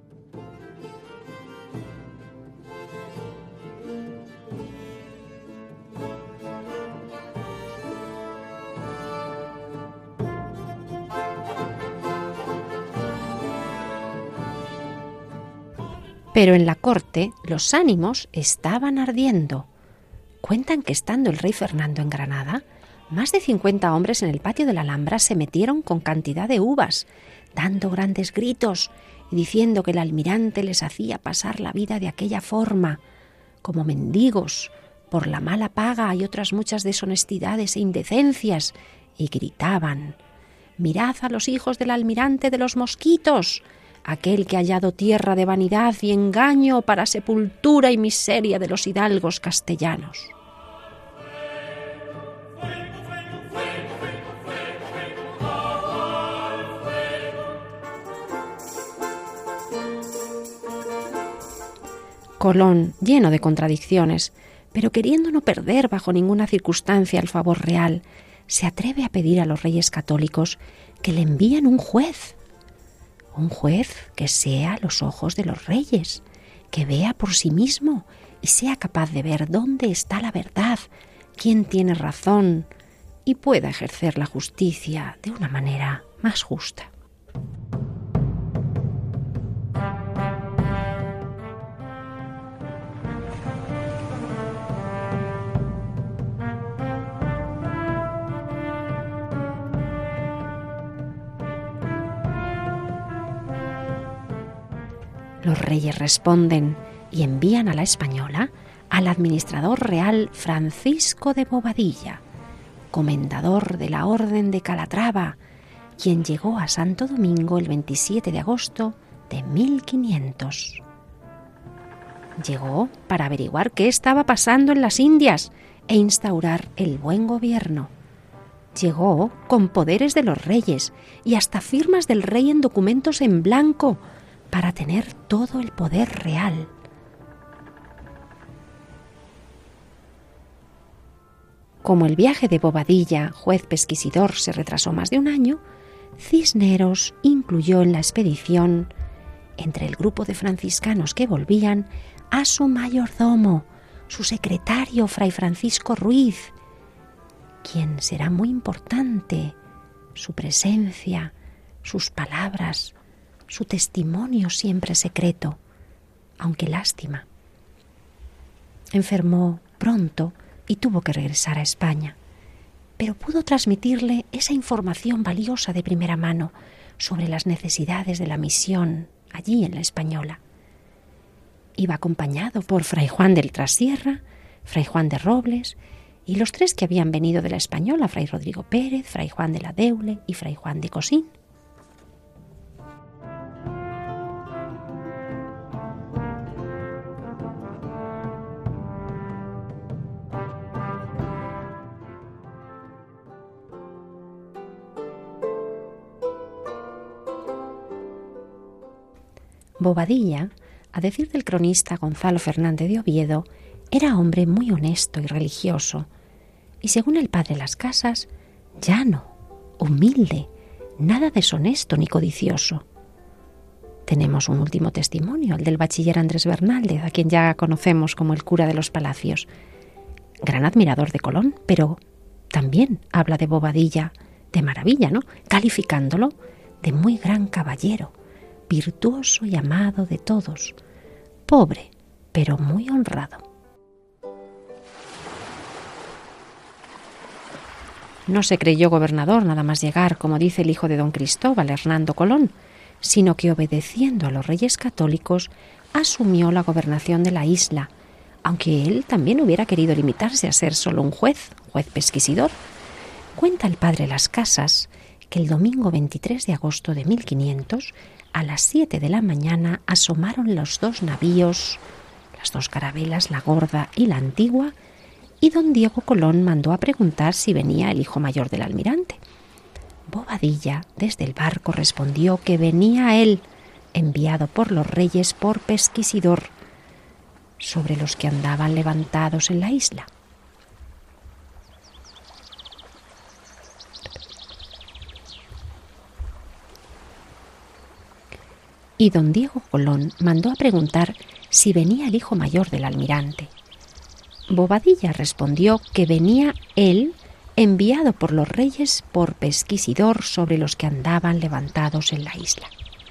Pero en la corte los ánimos estaban ardiendo. Cuentan que estando el rey Fernando en Granada, más de cincuenta hombres en el patio de la Alhambra se metieron con cantidad de uvas, dando grandes gritos y diciendo que el almirante les hacía pasar la vida de aquella forma, como mendigos, por la mala paga y otras muchas deshonestidades e indecencias, y gritaban: «Mirad a los hijos del almirante de los mosquitos, aquel que ha hallado tierra de vanidad y engaño para sepultura y miseria de los hidalgos castellanos». Colón, lleno de contradicciones, pero queriendo no perder bajo ninguna circunstancia el favor real, se atreve a pedir a los reyes católicos que le envíen un juez. Un juez que sea a los ojos de los reyes, que vea por sí mismo y sea capaz de ver dónde está la verdad, quién tiene razón y pueda ejercer la justicia de una manera más justa. Los reyes responden y envían a la Española al administrador real Francisco de Bobadilla, comendador de la Orden de Calatrava, quien llegó a Santo Domingo el veintisiete de agosto de mil quinientos. Llegó para averiguar qué estaba pasando en las Indias e instaurar el buen gobierno. Llegó con poderes de los reyes y hasta firmas del rey en documentos en blanco, para tener todo el poder real. Como el viaje de Bobadilla, juez pesquisidor, se retrasó más de un año, Cisneros incluyó en la expedición, entre el grupo de franciscanos que volvían, a su mayordomo, su secretario, Fray Francisco Ruiz, quien será muy importante, su presencia, sus palabras, su testimonio siempre secreto, aunque lástima. Enfermó pronto y tuvo que regresar a España, pero pudo transmitirle esa información valiosa de primera mano sobre las necesidades de la misión allí en la Española. Iba acompañado por Fray Juan del Trasierra, Fray Juan de Robles y los tres que habían venido de la Española, Fray Rodrigo Pérez, Fray Juan de la Deule y Fray Juan de Cosín. Bobadilla, a decir del cronista Gonzalo Fernández de Oviedo, era hombre muy honesto y religioso, y según el padre Las Casas, llano, humilde, nada deshonesto ni codicioso. Tenemos un último testimonio, el del bachiller Andrés Bernaldez, a quien ya conocemos como el cura de los Palacios. Gran admirador de Colón, pero también habla de Bobadilla de maravilla, ¿no? Calificándolo de muy gran caballero, virtuoso y amado de todos, pobre, pero muy honrado. No se creyó gobernador nada más llegar, como dice el hijo de don Cristóbal, Hernando Colón, sino que obedeciendo a los reyes católicos asumió la gobernación de la isla, aunque él también hubiera querido limitarse a ser solo un juez, juez pesquisidor. Cuenta el padre Las Casas que el domingo veintitrés de agosto de mil quinientos, a las siete de la mañana, asomaron los dos navíos, las dos carabelas, la Gorda y la Antigua, y don Diego Colón mandó a preguntar si venía el hijo mayor del almirante. Bobadilla, desde el barco, respondió que venía él, enviado por los reyes por pesquisidor, sobre los que andaban levantados en la isla. Y don Diego Colón mandó a preguntar si venía el hijo mayor del almirante. Bobadilla respondió que venía él, enviado por los reyes por pesquisidor sobre los que andaban levantados en la isla.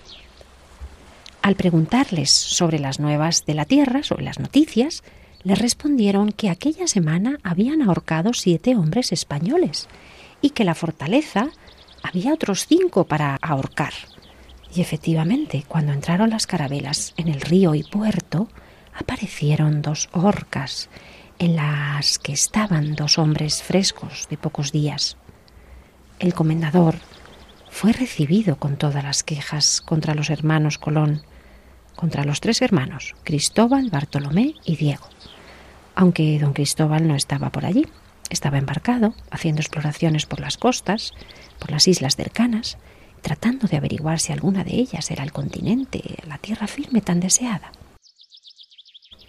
Al preguntarles sobre las nuevas de la tierra, sobre las noticias, les respondieron que aquella semana habían ahorcado siete hombres españoles y que en la fortaleza había otros cinco para ahorcar. Y efectivamente, cuando entraron las carabelas en el río y puerto, aparecieron dos horcas en las que estaban dos hombres frescos de pocos días. El comendador fue recibido con todas las quejas contra los hermanos Colón, contra los tres hermanos, Cristóbal, Bartolomé y Diego, aunque don Cristóbal no estaba por allí. Estaba embarcado, haciendo exploraciones por las costas, por las islas cercanas, tratando de averiguar si alguna de ellas era el continente, la tierra firme tan deseada.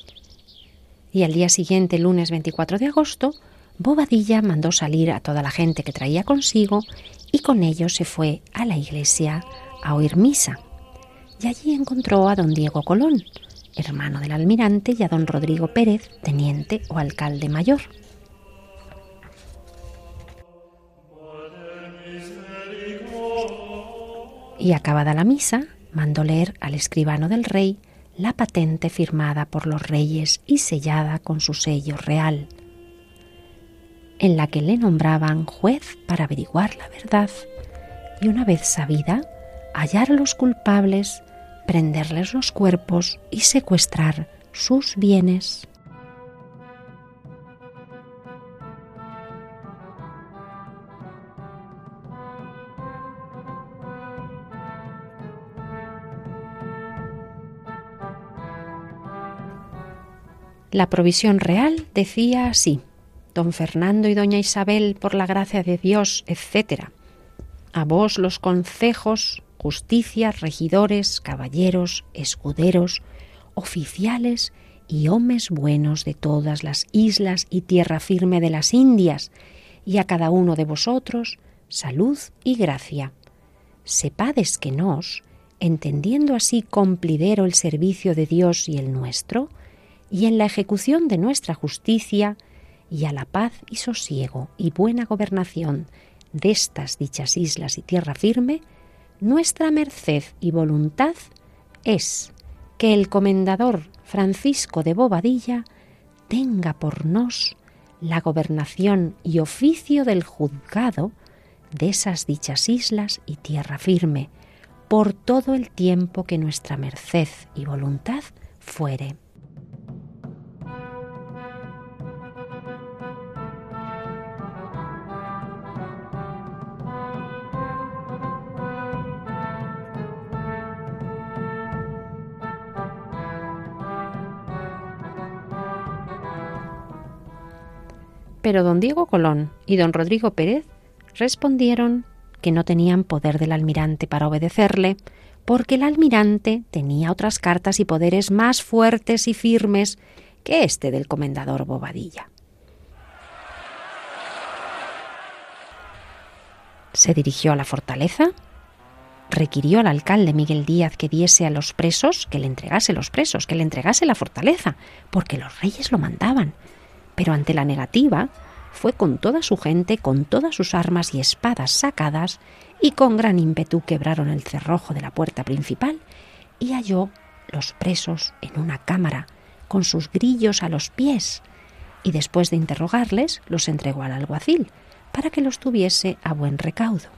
Y al día siguiente, lunes veinticuatro de agosto, Bobadilla mandó salir a toda la gente que traía consigo y con ellos se fue a la iglesia a oír misa. Y allí encontró a don Diego Colón, hermano del almirante, y a don Rodrigo Pérez, teniente o alcalde mayor. Y acabada la misa, mandó leer al escribano del rey la patente firmada por los reyes y sellada con su sello real, en la que le nombraban juez para averiguar la verdad y, una vez sabida, hallar a los culpables, prenderles los cuerpos y secuestrar sus bienes. La provisión real decía así: don Fernando y doña Isabel, por la gracia de Dios, etcétera. A vos los concejos, justicias, regidores, caballeros, escuderos, oficiales y homes buenos de todas las islas y tierra firme de las Indias, y a cada uno de vosotros salud y gracia. Sepades que nos, entendiendo así cumplidero el servicio de Dios y el nuestro, y en la ejecución de nuestra justicia, y a la paz y sosiego y buena gobernación de estas dichas islas y tierra firme, nuestra merced y voluntad es que el comendador Francisco de Bobadilla tenga por nos la gobernación y oficio del juzgado de esas dichas islas y tierra firme, por todo el tiempo que nuestra merced y voluntad fuere. Pero don Diego Colón y don Rodrigo Pérez respondieron que no tenían poder del almirante para obedecerle, porque el almirante tenía otras cartas y poderes más fuertes y firmes que este del comendador Bobadilla. Se dirigió a la fortaleza, requirió al alcalde Miguel Díaz que diese a los presos, que le entregase los presos, que le entregase la fortaleza, porque los reyes lo mandaban. Pero ante la negativa, fue con toda su gente, con todas sus armas y espadas sacadas, y con gran ímpetu quebraron el cerrojo de la puerta principal, y halló los presos en una cámara, con sus grillos a los pies, y después de interrogarles, los entregó al alguacil, para que los tuviese a buen recaudo.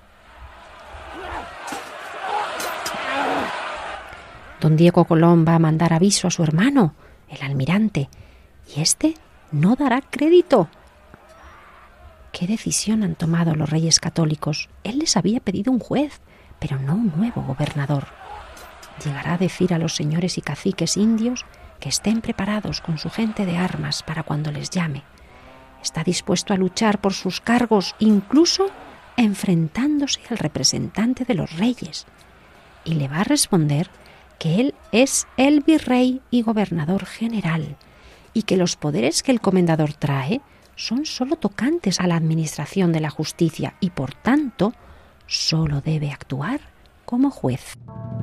Don Diego Colón va a mandar aviso a su hermano, el almirante, y éste no dará crédito. ¿Qué decisión han tomado los reyes católicos? Él les había pedido un juez, pero no un nuevo gobernador. Llegará a decir a los señores y caciques indios que estén preparados con su gente de armas para cuando les llame. Está dispuesto a luchar por sus cargos, incluso enfrentándose al representante de los reyes. Y le va a responder que él es el virrey y gobernador general, y que los poderes que el comendador trae son sólo tocantes a la administración de la justicia y, por tanto, sólo debe actuar como juez.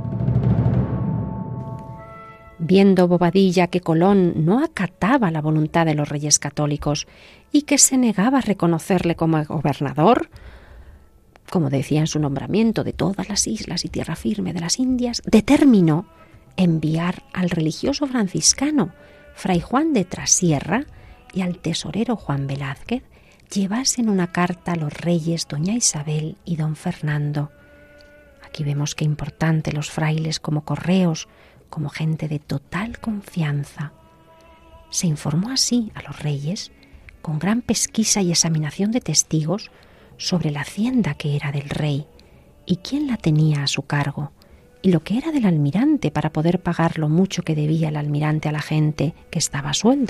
Viendo Bobadilla que Colón no acataba la voluntad de los reyes católicos y que se negaba a reconocerle como gobernador, como decía en su nombramiento, de todas las islas y tierra firme de las Indias, determinó enviar al religioso franciscano Fray Juan de Trasierra y al tesorero Juan Velázquez llevasen una carta a los reyes doña Isabel y don Fernando. Aquí vemos qué importante los frailes como correos, como gente de total confianza. Se informó así a los reyes, con gran pesquisa y examinación de testigos, sobre la hacienda que era del rey y quién la tenía a su cargo, y lo que era del almirante para poder pagar lo mucho que debía el almirante a la gente que estaba a sueldo.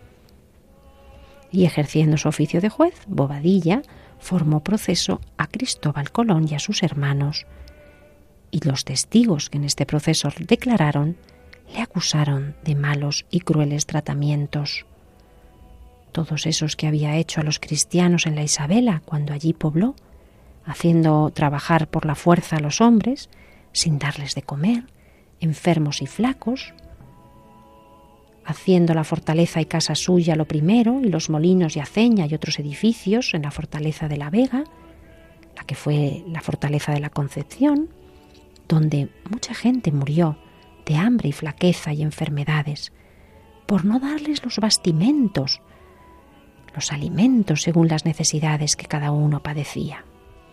Y ejerciendo su oficio de juez, Bobadilla formó proceso a Cristóbal Colón y a sus hermanos, y los testigos que en este proceso declararon le acusaron de malos y crueles tratamientos. todos esos que había hecho a los cristianos en la Isabela cuando allí pobló, haciendo trabajar por la fuerza a los hombres, sin darles de comer, enfermos y flacos, haciendo la fortaleza y casa suya lo primero, y los molinos y aceña y otros edificios en la fortaleza de la Vega, la que fue la fortaleza de la Concepción, donde mucha gente murió de hambre y flaqueza y enfermedades, por no darles los bastimentos, los alimentos según las necesidades que cada uno padecía.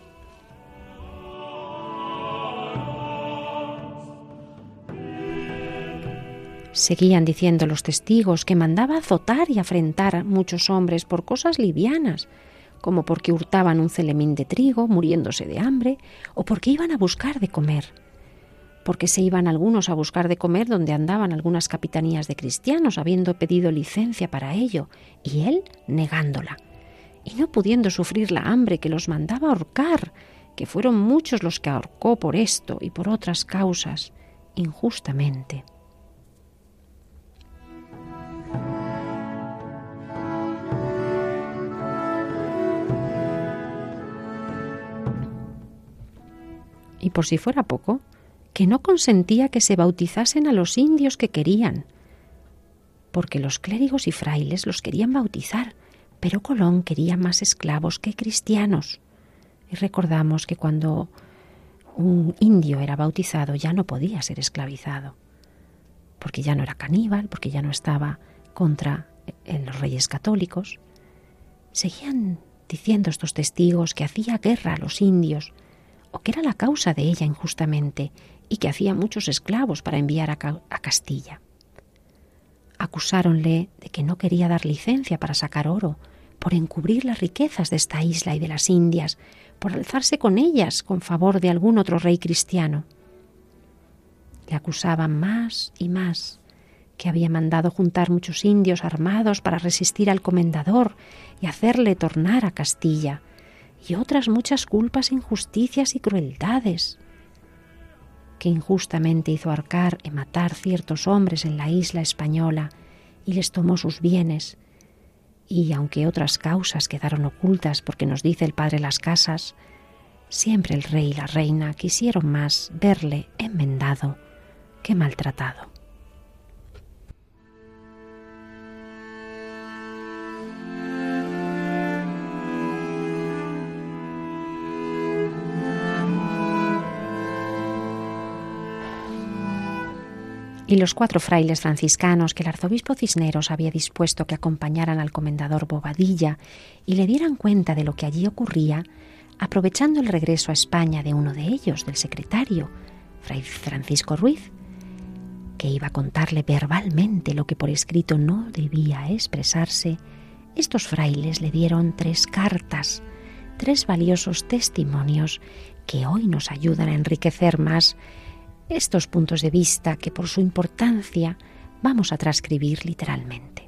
Seguían diciendo los testigos que mandaba azotar y afrentar a muchos hombres por cosas livianas, como porque hurtaban un celemín de trigo, muriéndose de hambre, o porque iban a buscar de comer. Porque se iban algunos a buscar de comer donde andaban algunas capitanías de cristianos, habiendo pedido licencia para ello, y él negándola, y no pudiendo sufrir la hambre que los mandaba ahorcar, que fueron muchos los que ahorcó por esto y por otras causas, injustamente. Y por si fuera poco, que no consentía que se bautizasen a los indios que querían, porque los clérigos y frailes los querían bautizar, pero Colón quería más esclavos que cristianos. Y recordamos que cuando un indio era bautizado ya no podía ser esclavizado, porque ya no era caníbal, porque ya no estaba contra los reyes católicos. Seguían diciendo estos testigos que hacía guerra a los indios, o que era la causa de ella injustamente, y que hacía muchos esclavos para enviar a, Ca- a Castilla. Acusáronle de que no quería dar licencia para sacar oro, por encubrir las riquezas de esta isla y de las Indias, por alzarse con ellas con favor de algún otro rey cristiano. Le acusaban más y más, que había mandado juntar muchos indios armados para resistir al comendador y hacerle tornar a Castilla, y otras muchas culpas, injusticias y crueldades, que injustamente hizo ahorcar y matar ciertos hombres en la isla española y les tomó sus bienes. Y aunque otras causas quedaron ocultas, porque nos dice el padre Las Casas, siempre el rey y la reina quisieron más verle enmendado que maltratado. Y los cuatro frailes franciscanos que el arzobispo Cisneros había dispuesto que acompañaran al comendador Bobadilla y le dieran cuenta de lo que allí ocurría, aprovechando el regreso a España de uno de ellos, del secretario, fray Francisco Ruiz, que iba a contarle verbalmente lo que por escrito no debía expresarse, estos frailes le dieron tres cartas, tres valiosos testimonios que hoy nos ayudan a enriquecer más estos puntos de vista que por su importancia vamos a transcribir literalmente.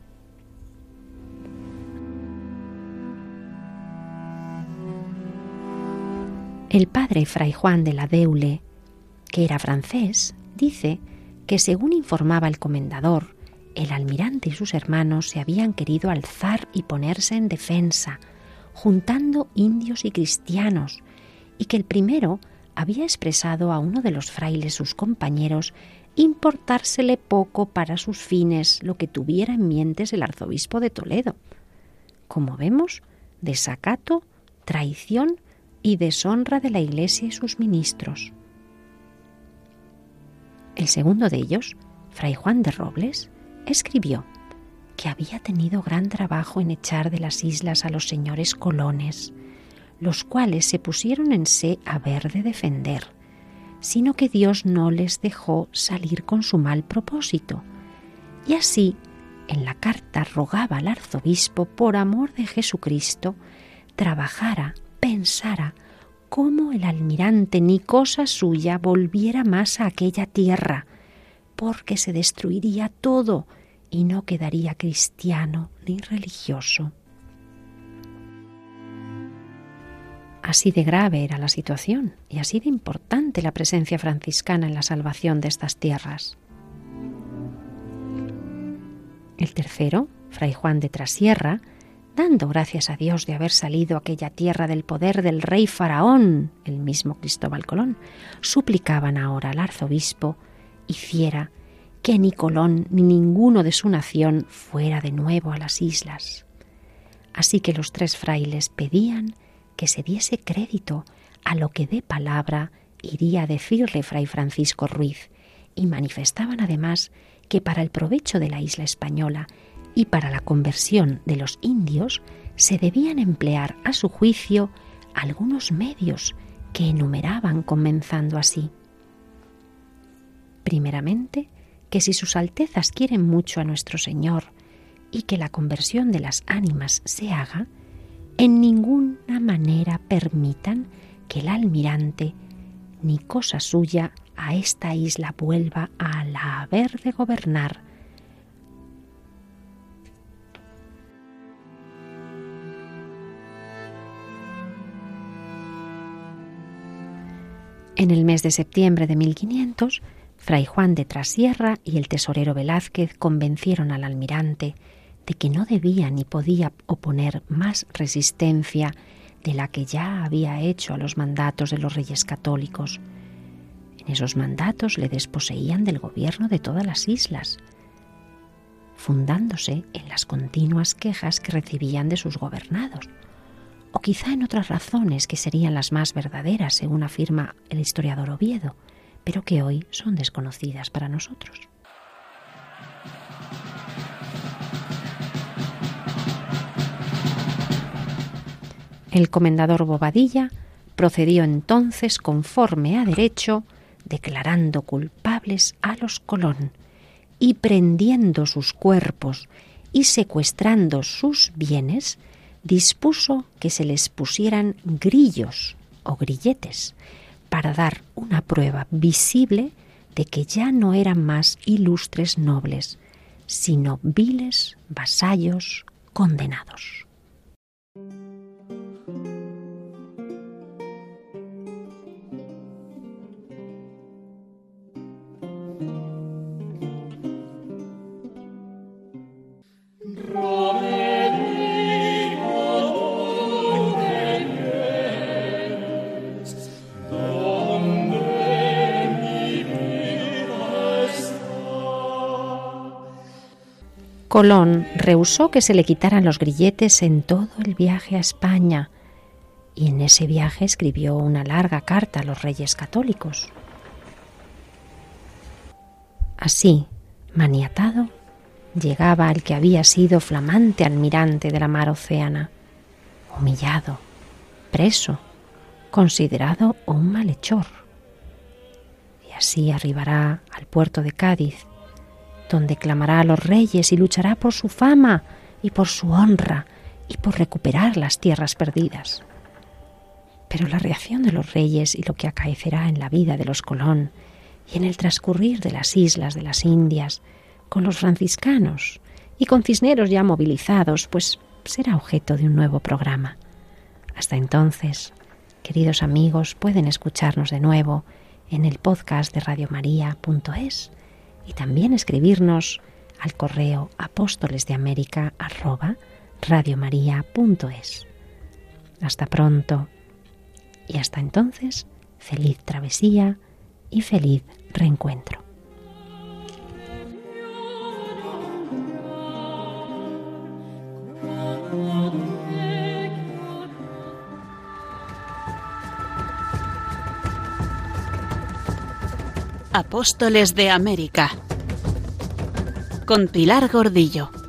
El padre fray Juan de la Deule, que era francés, dice que según informaba el comendador, el almirante y sus hermanos se habían querido alzar y ponerse en defensa, juntando indios y cristianos, y que el primero había expresado a uno de los frailes, sus compañeros, importársele poco para sus fines lo que tuviera en mientes el arzobispo de Toledo. Como vemos, desacato, traición y deshonra de la Iglesia y sus ministros. El segundo de ellos, fray Juan de Robles, escribió que había tenido gran trabajo en echar de las islas a los señores colones, los cuales se pusieron en sé haber de defender, sino que Dios no les dejó salir con su mal propósito. Y así, en la carta rogaba al arzobispo, por amor de Jesucristo, trabajara, pensara, cómo el almirante ni cosa suya volviera más a aquella tierra, porque se destruiría todo y no quedaría cristiano ni religioso. Así de grave era la situación y así de importante la presencia franciscana en la salvación de estas tierras. El tercero, Fray Juan de Trasierra, dando gracias a Dios de haber salido a aquella tierra del poder del rey faraón, el mismo Cristóbal Colón, suplicaban ahora al arzobispo hiciera que ni Colón ni ninguno de su nación fuera de nuevo a las islas. Así que los tres frailes pedían que se diese crédito a lo que de palabra iría a decirle Fray Francisco Ruiz, y manifestaban además que para el provecho de la isla española y para la conversión de los indios se debían emplear, a su juicio, algunos medios que enumeraban comenzando así. Primeramente, que si sus altezas quieren mucho a nuestro Señor y que la conversión de las ánimas se haga, en ninguna manera permitan que el almirante ni cosa suya a esta isla vuelva a la haber de gobernar. En el mes de septiembre de mil quinientos, Fray Juan de Trasierra y el tesorero Velázquez convencieron al almirante de que no debía ni podía oponer más resistencia de la que ya había hecho a los mandatos de los reyes católicos. En esos mandatos le desposeían del gobierno de todas las islas, fundándose en las continuas quejas que recibían de sus gobernados, o quizá en otras razones que serían las más verdaderas, según afirma el historiador Oviedo, pero que hoy son desconocidas para nosotros. El comendador Bobadilla procedió entonces conforme a derecho, declarando culpables a los Colón y prendiendo sus cuerpos y secuestrando sus bienes, dispuso que se les pusieran grillos o grilletes para dar una prueba visible de que ya no eran más ilustres nobles, sino viles vasallos condenados. Colón rehusó que se le quitaran los grilletes en todo el viaje a España, y en ese viaje escribió una larga carta a los reyes católicos. Así, maniatado, llegaba al que había sido flamante almirante de la mar océana, humillado, preso, considerado un malhechor. Y así arribará al puerto de Cádiz, donde clamará a los reyes y luchará por su fama y por su honra y por recuperar las tierras perdidas. Pero la reacción de los reyes y lo que acaecerá en la vida de los Colón y en el transcurrir de las islas de las Indias, con los franciscanos y con Cisneros ya movilizados, pues será objeto de un nuevo programa. Hasta entonces, queridos amigos, pueden escucharnos de nuevo en el podcast de radio maría punto es y también escribirnos al correo apóstolesdeamerica arroba radiomaria punto es. Hasta pronto y hasta entonces, feliz travesía y feliz reencuentro. Apóstoles de América con Pilar Gordillo.